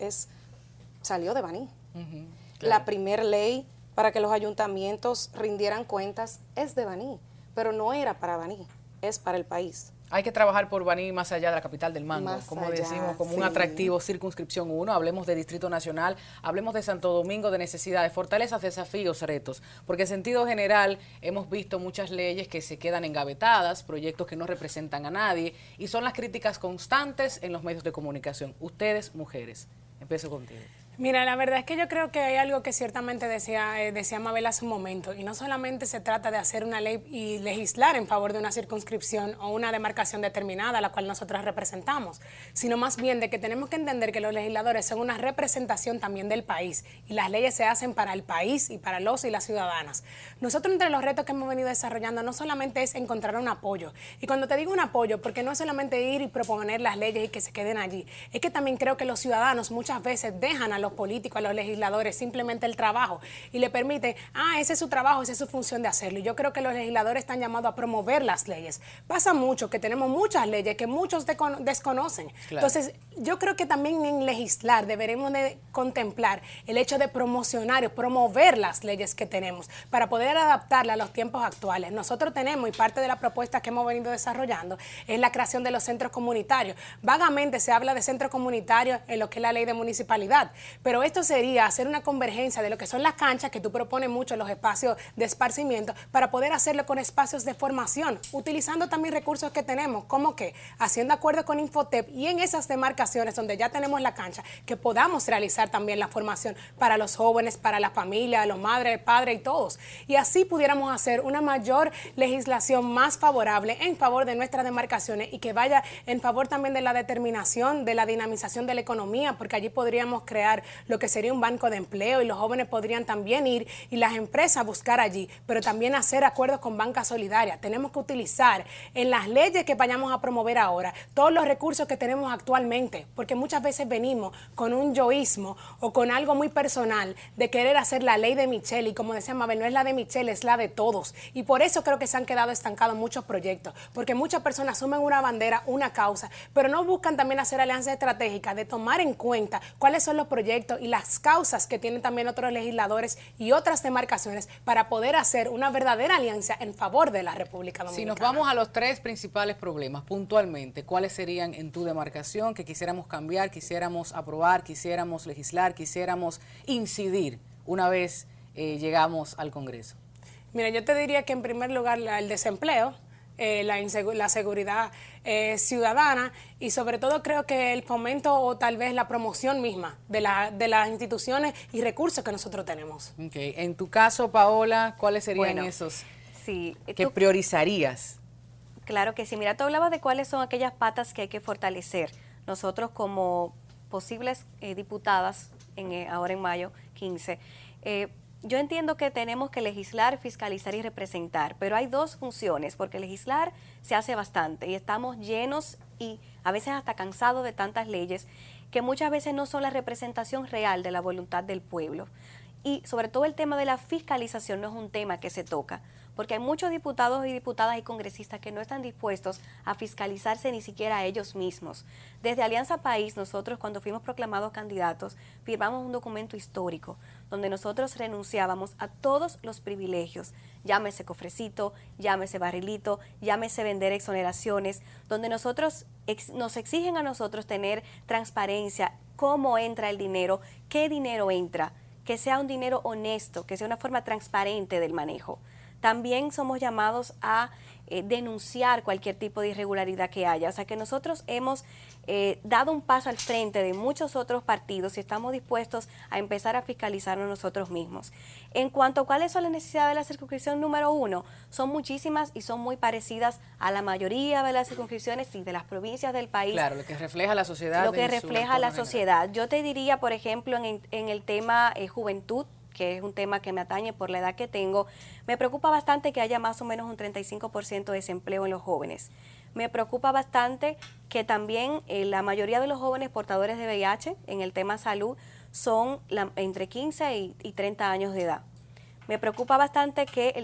salió de Baní. Claro. La primer ley para que los ayuntamientos rindieran cuentas es de Baní, pero no era para Baní, es para el país. Hay que trabajar por Baní más allá de la capital del Mango, como decimos, como un atractivo circunscripción 1. Hablemos de Distrito Nacional, hablemos de Santo Domingo, de necesidades, fortalezas, desafíos, retos. Porque en sentido general hemos visto muchas leyes que se quedan engavetadas, proyectos que no representan a nadie, y son las críticas constantes en los medios de comunicación. Ustedes, mujeres, empiezo contigo. Mira, la verdad es que yo creo que hay algo que ciertamente decía Mabel hace un momento, y no solamente se trata de hacer una ley y legislar en favor de una circunscripción o una demarcación determinada a la cual nosotras representamos, sino más bien de que tenemos que entender que los legisladores son una representación también del país, y las leyes se hacen para el país y para los y las ciudadanas. Nosotros, entre los retos que hemos venido desarrollando, no solamente es encontrar un apoyo, y cuando te digo un apoyo, porque no es solamente ir y proponer las leyes y que se queden allí, es que también creo que los ciudadanos muchas veces dejan a los políticos, a los legisladores, simplemente el trabajo y le permiten, ese es su trabajo, esa es su función de hacerlo. Y yo creo que los legisladores están llamados a promover las leyes. Pasa mucho que tenemos muchas leyes que muchos desconocen. Claro. Entonces, yo creo que también en legislar deberemos de contemplar el hecho de promocionar y promover las leyes que tenemos para poder adaptarlas a los tiempos actuales. Nosotros tenemos, y parte de la propuesta que hemos venido desarrollando, es la creación de los centros comunitarios. Vagamente se habla de centros comunitarios en lo que es la ley de municipalidad, pero esto sería hacer una convergencia de lo que son las canchas, que tú propones mucho, los espacios de esparcimiento, para poder hacerlo con espacios de formación, utilizando también recursos que tenemos, como que haciendo acuerdo con Infotep y en esas demarcaciones donde ya tenemos la cancha, que podamos realizar también la formación para los jóvenes, para la familia, los madres, padres y todos. Y así pudiéramos hacer una mayor legislación más favorable en favor de nuestras demarcaciones y que vaya en favor también de la determinación, de la dinamización de la economía, porque allí podríamos crear lo que sería un banco de empleo y los jóvenes podrían también ir y las empresas buscar allí, pero también hacer acuerdos con banca solidaria. Tenemos que utilizar en las leyes que vayamos a promover ahora todos los recursos que tenemos actualmente, porque muchas veces venimos con un yoísmo o con algo muy personal de querer hacer la ley de Michelle, y como decía Mabel, no es la de Michelle, es la de todos, y por eso creo que se han quedado estancados muchos proyectos, porque muchas personas asumen una bandera, una causa, pero no buscan también hacer alianzas estratégicas de tomar en cuenta cuáles son los proyectos y las causas que tienen también otros legisladores y otras demarcaciones para poder hacer una verdadera alianza en favor de la República Dominicana. Si nos vamos a los tres principales problemas, puntualmente, ¿cuáles serían en tu demarcación que quisiéramos cambiar, quisiéramos aprobar, quisiéramos legislar, quisiéramos incidir una vez llegamos al Congreso? Mira, yo te diría que en primer lugar el desempleo, la seguridad ciudadana y sobre todo creo que el fomento o tal vez la promoción misma de las instituciones y recursos que nosotros tenemos. Okay. En tu caso, Paola, ¿cuáles serían esos que priorizarías? Claro que sí. Mira, tú hablabas de cuáles son aquellas patas que hay que fortalecer. Nosotros como posibles diputadas, ahora en mayo 15, yo entiendo que tenemos que legislar, fiscalizar y representar, pero hay dos funciones, porque legislar se hace bastante y estamos llenos y a veces hasta cansados de tantas leyes que muchas veces no son la representación real de la voluntad del pueblo. Y sobre todo el tema de la fiscalización no es un tema que se toca, porque hay muchos diputados y diputadas y congresistas que no están dispuestos a fiscalizarse ni siquiera a ellos mismos. Desde Alianza País, nosotros cuando fuimos proclamados candidatos, firmamos un documento histórico donde nosotros renunciábamos a todos los privilegios, llámese cofrecito, llámese barrilito, llámese vender exoneraciones, donde nosotros nos exigen a nosotros tener transparencia, cómo entra el dinero, qué dinero entra, que sea un dinero honesto, que sea una forma transparente del manejo. También somos llamados a denunciar cualquier tipo de irregularidad que haya. O sea que nosotros hemos dado un paso al frente de muchos otros partidos y estamos dispuestos a empezar a fiscalizarnos nosotros mismos. En cuanto a cuáles son las necesidades de la circunscripción número 1, son muchísimas y son muy parecidas a la mayoría de las circunscripciones y de las provincias del país. Claro, lo que refleja la sociedad. Lo que refleja la sociedad. Yo te diría, por ejemplo, en el tema juventud, que es un tema que me atañe por la edad que tengo, me preocupa bastante que haya más o menos un 35% de desempleo en los jóvenes. Me preocupa bastante que también la mayoría de los jóvenes portadores de VIH en el tema salud son entre 15 y 30 años de edad. Me preocupa bastante que el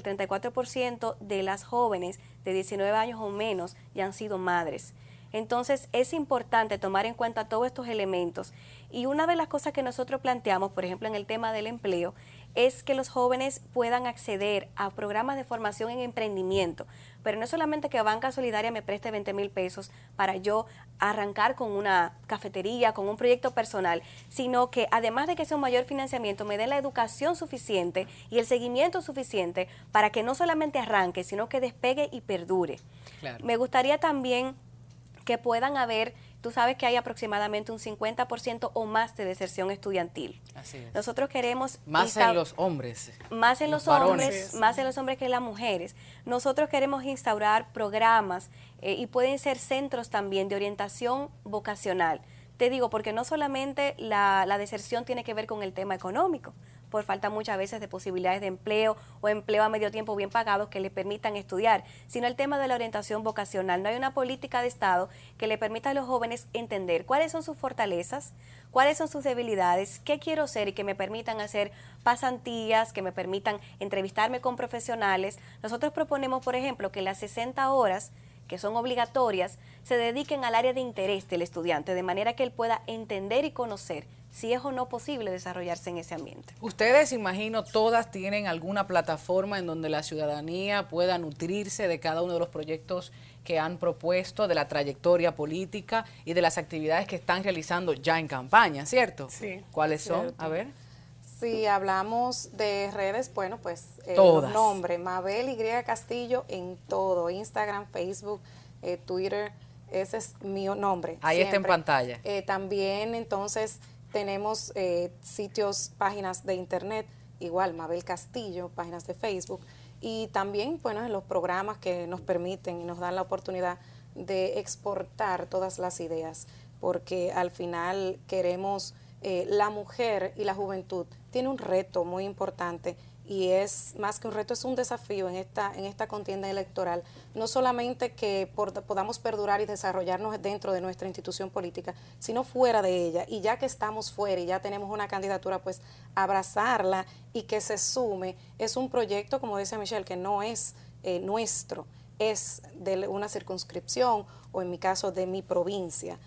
34% de las jóvenes de 19 años o menos ya han sido madres. Entonces es importante tomar en cuenta todos estos elementos y una de las cosas que nosotros planteamos, por ejemplo en el tema del empleo, es que los jóvenes puedan acceder a programas de formación en emprendimiento, pero no solamente que Banca Solidaria me preste 20,000 pesos para yo arrancar con una cafetería, con un proyecto personal, sino que además de que sea un mayor financiamiento, me den la educación suficiente y el seguimiento suficiente para que no solamente arranque, sino que despegue y perdure. Claro. Me gustaría también que puedan haber, tú sabes que hay aproximadamente un 50% o más de deserción estudiantil. Así es. Nosotros queremos... Más en los hombres. Más en los hombres, más en los hombres que en las mujeres. Nosotros queremos instaurar programas y pueden ser centros también de orientación vocacional. Te digo, porque no solamente la deserción tiene que ver con el tema económico, por falta muchas veces de posibilidades de empleo o empleo a medio tiempo bien pagados que le permitan estudiar, sino el tema de la orientación vocacional. No hay una política de Estado que le permita a los jóvenes entender cuáles son sus fortalezas, cuáles son sus debilidades, qué quiero ser y que me permitan hacer pasantías, que me permitan entrevistarme con profesionales. Nosotros proponemos, por ejemplo, que las 60 horas que son obligatorias, se dediquen al área de interés del estudiante, de manera que él pueda entender y conocer si es o no posible desarrollarse en ese ambiente. Ustedes, imagino, todas tienen alguna plataforma en donde la ciudadanía pueda nutrirse de cada uno de los proyectos que han propuesto, de la trayectoria política y de las actividades que están realizando ya en campaña, ¿cierto? Sí. ¿Cuáles son? A ver. Si hablamos de redes, bueno, pues todas. Nombre, Mabel Y Castillo en todo, Instagram, Facebook, Twitter, ese es mi nombre. Ahí siempre está en pantalla. También entonces tenemos sitios, páginas de internet, igual Mabel Castillo, páginas de Facebook y también, bueno, en los programas que nos permiten y nos dan la oportunidad de exportar todas las ideas, porque al final queremos... la mujer y la juventud tiene un reto muy importante y es más que un reto, es un desafío en esta contienda electoral, no solamente que podamos perdurar y desarrollarnos dentro de nuestra institución política, sino fuera de ella, y ya que estamos fuera y ya tenemos una candidatura, pues abrazarla y que se sume. Es un proyecto, como dice Michelle, que no es nuestro, es de una circunscripción o en mi caso de mi provincia.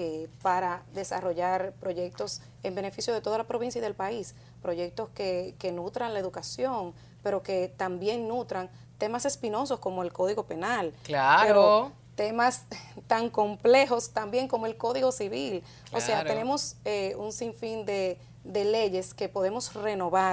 Para desarrollar proyectos en beneficio de toda la provincia y del país, proyectos que nutran la educación, pero que también nutran temas espinosos como el Código Penal. Claro. Pero temas tan complejos también como el Código Civil. Claro. O sea, tenemos un sinfín de leyes que podemos renovar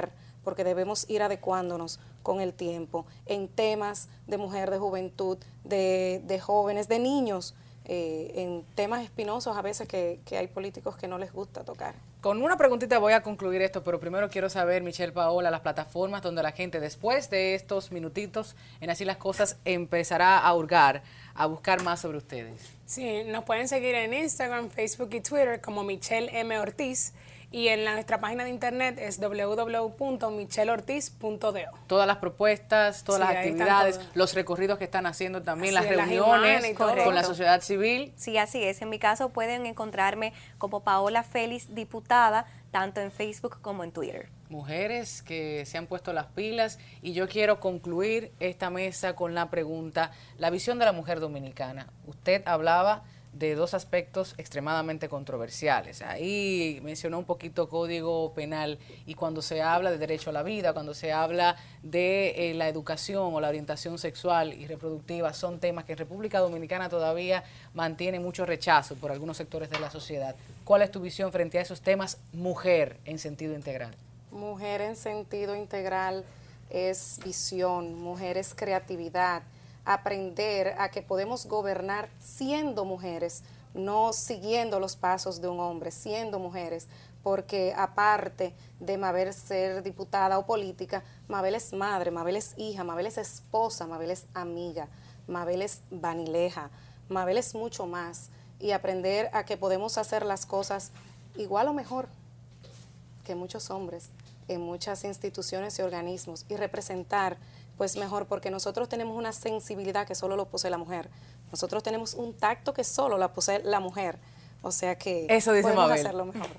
porque debemos ir adecuándonos con el tiempo en temas de mujer, de juventud, de jóvenes, de niños, en temas espinosos a veces que hay políticos que no les gusta tocar. Con una preguntita voy a concluir esto, pero primero quiero saber, Michelle, Paola, las plataformas donde la gente después de estos minutitos en Así las Cosas empezará a hurgar, a buscar más sobre ustedes. Sí, nos pueden seguir en Instagram, Facebook y Twitter como Michelle M. Ortiz. Y en nuestra página de internet es www.michelleortiz.do. Todas las propuestas, todas las actividades, los recorridos que están haciendo también, las reuniones con la sociedad civil. Sí, así es. En mi caso pueden encontrarme como Paola Félix, diputada, tanto en Facebook como en Twitter. Mujeres que se han puesto las pilas, y yo quiero concluir esta mesa con la pregunta, la visión de la mujer dominicana. Usted hablaba de dos aspectos extremadamente controversiales. Ahí mencionó un poquito código penal, y cuando se habla de derecho a la vida, cuando se habla de la educación o la orientación sexual y reproductiva, son temas que en República Dominicana todavía mantiene mucho rechazo por algunos sectores de la sociedad. ¿Cuál es tu visión frente a esos temas, mujer en sentido integral? Mujer en sentido integral es visión, mujer es creatividad, aprender a que podemos gobernar siendo mujeres, no siguiendo los pasos de un hombre, siendo mujeres, porque aparte de Mabel ser diputada o política, Mabel es madre, Mabel es hija, Mabel es esposa, Mabel es amiga, Mabel es vanileja, Mabel es mucho más, y aprender a que podemos hacer las cosas igual o mejor que muchos hombres en muchas instituciones y organismos, y representar pues mejor, porque nosotros tenemos una sensibilidad que solo lo posee la mujer. Nosotros tenemos un tacto que solo la posee la mujer. O sea que eso dice podemos Mabel. hacerlo mejor.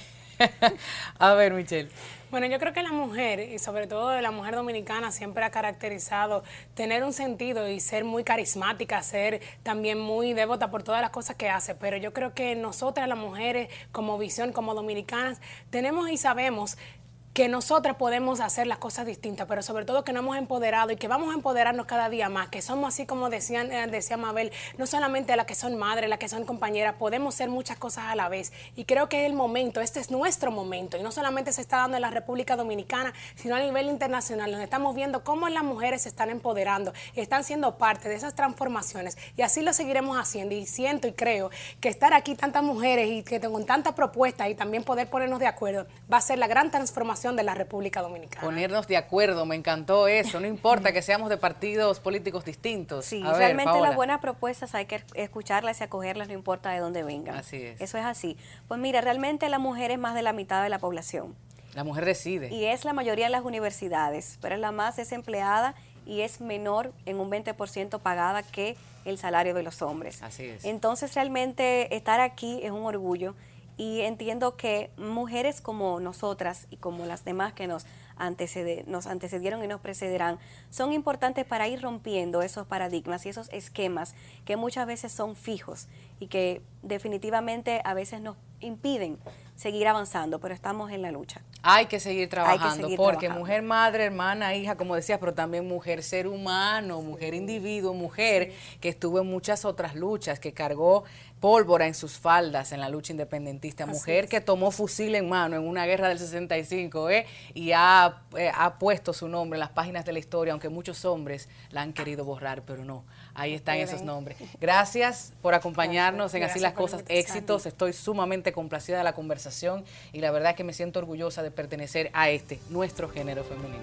A ver, Michelle. Bueno, yo creo que la mujer, y sobre todo la mujer dominicana, siempre ha caracterizado tener un sentido y ser muy carismática, ser también muy devota por todas las cosas que hace. Pero yo creo que nosotras, las mujeres, como visión, como dominicanas, tenemos y sabemos que nosotras podemos hacer las cosas distintas, pero sobre todo que nos hemos empoderado y que vamos a empoderarnos cada día más, que somos así como decía Mabel, no solamente las que son madres, las que son compañeras, podemos ser muchas cosas a la vez, y creo que es el momento, este es nuestro momento, y no solamente se está dando en la República Dominicana, sino a nivel internacional, donde estamos viendo cómo las mujeres se están empoderando y están siendo parte de esas transformaciones, y así lo seguiremos haciendo, y siento y creo que estar aquí tantas mujeres y que con tantas propuestas y también poder ponernos de acuerdo, va a ser la gran transformación de la República Dominicana. Ponernos de acuerdo, me encantó eso, no importa que seamos de partidos políticos distintos. Sí, realmente las buenas propuestas hay que escucharlas y acogerlas, no importa de dónde vengan. Así es. Eso es así. Pues mira, realmente la mujer es más de la mitad de la población. La mujer decide. Y es la mayoría en las universidades, pero es la más desempleada y es menor en un 20% pagada que el salario de los hombres. Así es. Entonces realmente estar aquí es un orgullo. Y entiendo que mujeres como nosotras y como las demás que nos antecedieron y nos precederán son importantes para ir rompiendo esos paradigmas y esos esquemas que muchas veces son fijos y que definitivamente a veces nos impiden seguir avanzando, pero estamos en la lucha. Hay que seguir trabajando, porque mujer, madre, hermana, hija, como decías, pero también mujer, ser humano, mujer, individuo, mujer que estuvo en muchas otras luchas, que cargó pólvora en sus faldas en la lucha independentista, mujer que tomó fusil en mano en una guerra del 65 y ha puesto su nombre en las páginas de la historia, aunque muchos hombres la han querido borrar, pero no, ahí están esos nombres. Gracias por acompañarnos en Así las Cosas, éxitos, estoy sumamente complacida de la conversación y la verdad es que me siento orgullosa de pertenecer a nuestro género femenino.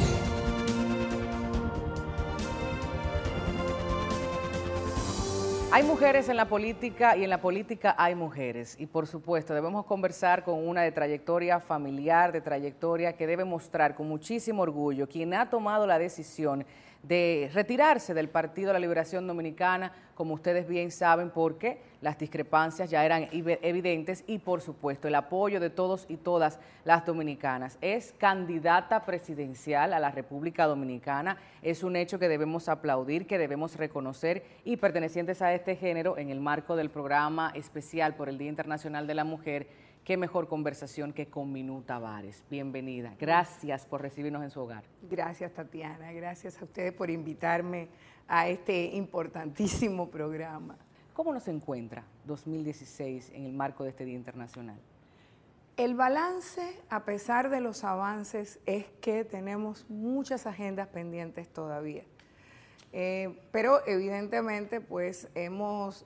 Hay mujeres en la política y en la política hay mujeres, y por supuesto debemos conversar con una de trayectoria familiar, de trayectoria que debe mostrar con muchísimo orgullo quien ha tomado la decisión de retirarse del Partido de la Liberación Dominicana, como ustedes bien saben, porque las discrepancias ya eran evidentes y por supuesto el apoyo de todos y todas las dominicanas. Es candidata presidencial a la República Dominicana, es un hecho que debemos aplaudir, que debemos reconocer, y pertenecientes a este género en el marco del programa especial por el Día Internacional de la Mujer, qué mejor conversación que con Minú Tavares. Bienvenida. Gracias por recibirnos en su hogar. Gracias, Tatiana. Gracias a ustedes por invitarme a este importantísimo programa. ¿Cómo nos encuentra 2016 en el marco de este Día Internacional? El balance, a pesar de los avances, es que tenemos muchas agendas pendientes todavía. Pero evidentemente pues hemos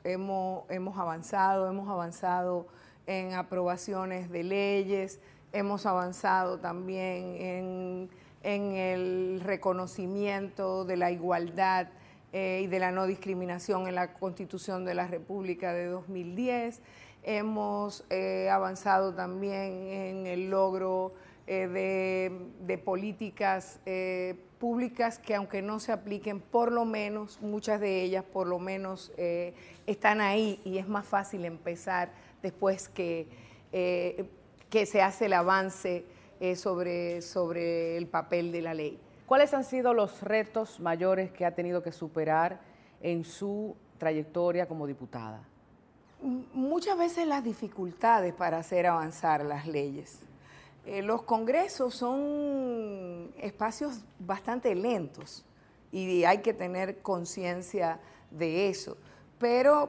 avanzado en aprobaciones de leyes, hemos avanzado también en el reconocimiento de la igualdad y de la no discriminación en la Constitución de la República de 2010. Hemos avanzado también en el logro de políticas públicas que, aunque no se apliquen, por lo menos, muchas de ellas por lo menos están ahí, y es más fácil empezar después que se hace el avance sobre el papel de la ley. ¿Cuáles han sido los retos mayores que ha tenido que superar en su trayectoria como diputada? Muchas veces las dificultades para hacer avanzar las leyes. Los congresos son espacios bastante lentos y hay que tener conciencia de eso. Pero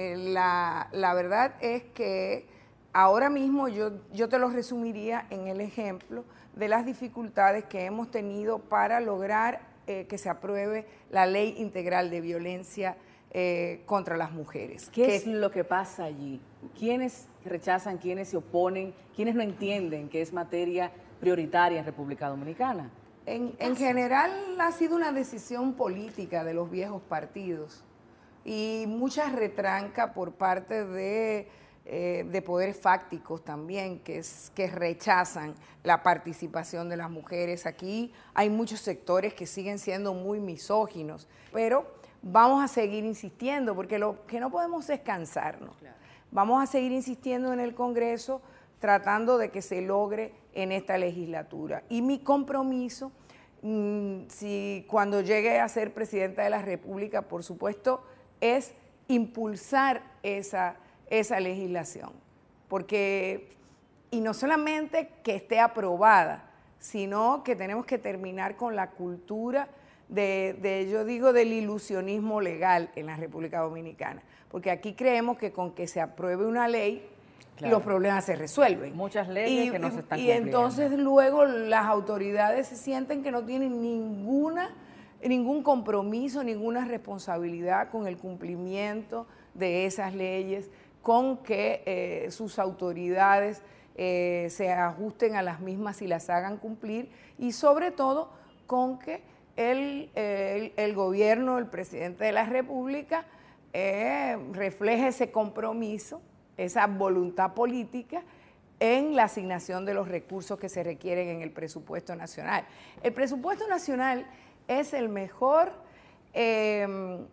la verdad es que ahora mismo yo te lo resumiría en el ejemplo de las dificultades que hemos tenido para lograr que se apruebe la Ley Integral de Violencia contra las mujeres. ¿Qué es lo que pasa allí? ¿Quiénes rechazan, quiénes se oponen, quiénes no entienden que es materia prioritaria en República Dominicana? En general ha sido una decisión política de los viejos partidos y mucha retranca por parte de poderes fácticos también que rechazan la participación de las mujeres. Aquí hay muchos sectores que siguen siendo muy misóginos, pero vamos a seguir insistiendo porque lo que no podemos es cansarnos. Claro. Vamos a seguir insistiendo en el Congreso tratando de que se logre en esta legislatura. Y mi compromiso, si cuando llegue a ser presidenta de la República, por supuesto, es impulsar esa legislación. Y no solamente que esté aprobada, sino que tenemos que terminar con la cultura yo digo, del ilusionismo legal en la República Dominicana. Porque aquí creemos que con que se apruebe una ley, claro, los problemas se resuelven. Muchas leyes que no se están cumpliendo. Y entonces luego las autoridades se sienten que no tienen ningún compromiso, ninguna responsabilidad con el cumplimiento de esas leyes, con que sus autoridades se ajusten a las mismas y las hagan cumplir, y sobre todo con que el gobierno, el presidente de la República, refleje ese compromiso, esa voluntad política en la asignación de los recursos que se requieren en el presupuesto nacional. El presupuesto nacional es el mejor, el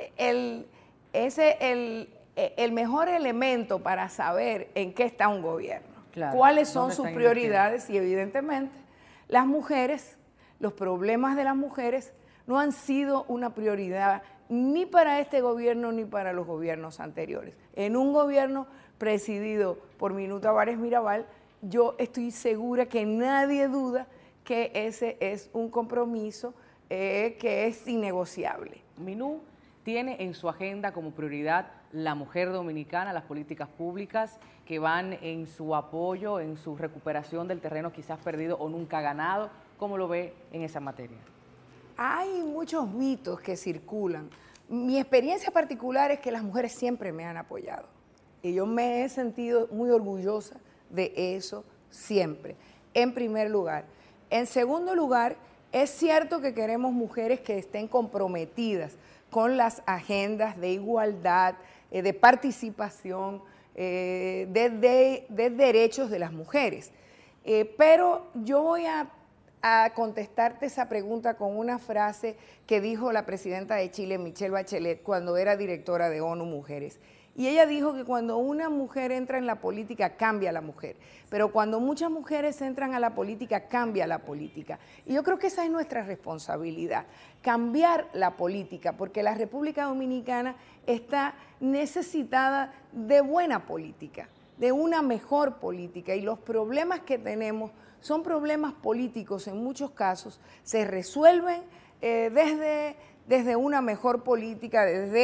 mejor elemento para saber en qué está un gobierno, claro, cuáles son sus prioridades, y evidentemente las mujeres, los problemas de las mujeres no han sido una prioridad ni para este gobierno ni para los gobiernos anteriores. En un gobierno presidido por Minú Tavares Mirabal, yo estoy segura que nadie duda que ese es un compromiso que es innegociable. Minú tiene en su agenda como prioridad la mujer dominicana, las políticas públicas que van en su apoyo, en su recuperación del terreno quizás perdido o nunca ganado. ¿Cómo lo ve en esa materia? Hay muchos mitos que circulan. Mi experiencia particular es que las mujeres siempre me han apoyado y yo me he sentido muy orgullosa de eso siempre, en primer lugar. En segundo lugar, es cierto que queremos mujeres que estén comprometidas con las agendas de igualdad, de participación, de derechos de las mujeres. Pero yo voy a contestarte esa pregunta con una frase que dijo la presidenta de Chile, Michelle Bachelet, cuando era directora de ONU Mujeres. Y ella dijo que cuando una mujer entra en la política, cambia a la mujer. Pero cuando muchas mujeres entran a la política, cambia la política. Y yo creo que esa es nuestra responsabilidad, cambiar la política, porque la República Dominicana está necesitada de buena política, de una mejor política. Y los problemas que tenemos son problemas políticos, en muchos casos se resuelven desde una mejor política, desde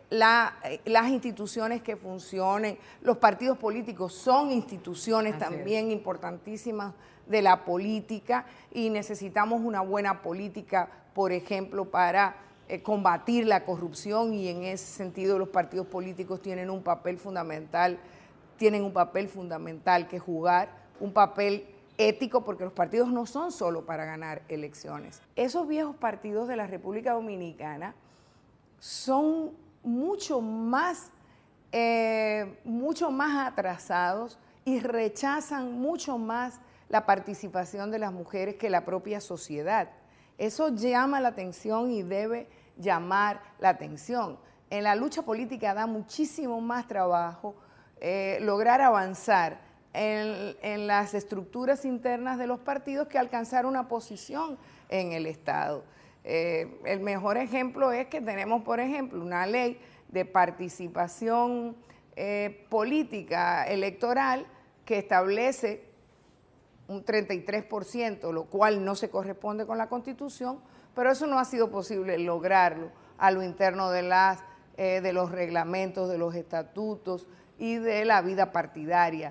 las instituciones que funcionen. Los partidos políticos son instituciones también importantísimas de la política y necesitamos una buena política, por ejemplo, para combatir la corrupción, y en ese sentido los partidos políticos tienen un papel fundamental que jugar, un papel ético, porque los partidos no son solo para ganar elecciones. Esos viejos partidos de la República Dominicana son mucho más atrasados y rechazan mucho más la participación de las mujeres que la propia sociedad. Eso llama la atención y debe llamar la atención. En la lucha política da muchísimo más trabajo lograr avanzar en las estructuras internas de los partidos que alcanzar una posición en el Estado. El mejor ejemplo es que tenemos, por ejemplo, una ley de participación política electoral que establece un 33%, lo cual no se corresponde con la Constitución, pero eso no ha sido posible lograrlo a lo interno de los reglamentos, de los estatutos y de la vida partidaria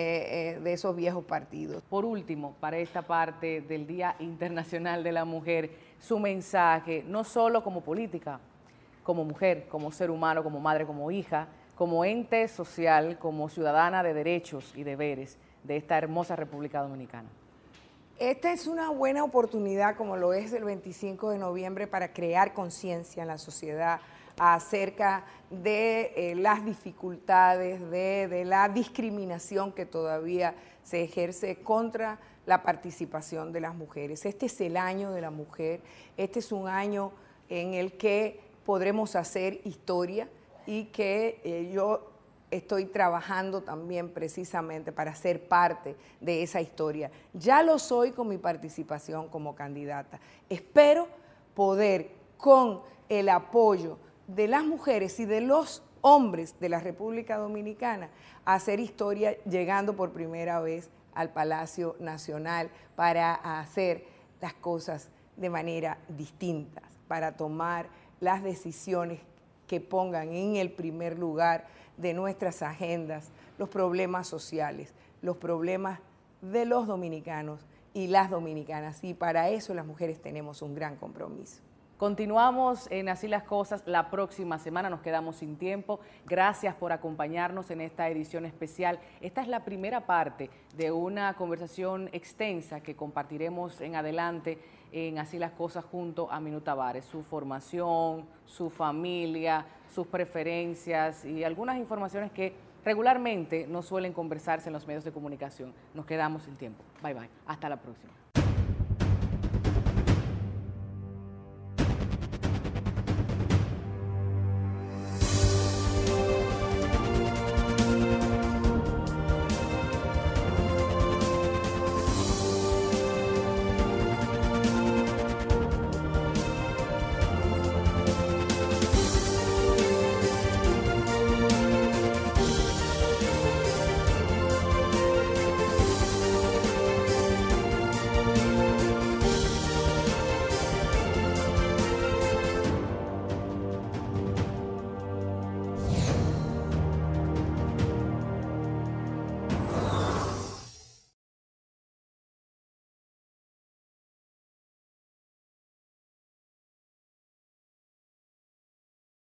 de esos viejos partidos. Por último, para esta parte del Día Internacional de la Mujer, su mensaje, no solo como política, como mujer, como ser humano, como madre, como hija, como ente social, como ciudadana de derechos y deberes de esta hermosa República Dominicana. Esta es una buena oportunidad, como lo es el 25 de noviembre, para crear conciencia en la sociedad acerca de las dificultades, de la discriminación que todavía se ejerce contra la participación de las mujeres. Este es el año de la mujer, este es un año en el que podremos hacer historia y que yo estoy trabajando también precisamente para ser parte de esa historia. Ya lo soy con mi participación como candidata. Espero poder, con el apoyo de las mujeres y de los hombres de la República Dominicana, hacer historia llegando por primera vez al Palacio Nacional para hacer las cosas de manera distinta, para tomar las decisiones que pongan en el primer lugar de nuestras agendas los problemas sociales, los problemas de los dominicanos y las dominicanas. Y para eso las mujeres tenemos un gran compromiso. Continuamos en Así las Cosas la próxima semana, nos quedamos sin tiempo. Gracias por acompañarnos en esta edición especial. Esta es la primera parte de una conversación extensa que compartiremos en adelante en Así las Cosas junto a Minú Tavares. Su formación, su familia, sus preferencias y algunas informaciones que regularmente no suelen conversarse en los medios de comunicación. Nos quedamos sin tiempo. Bye bye. Hasta la próxima.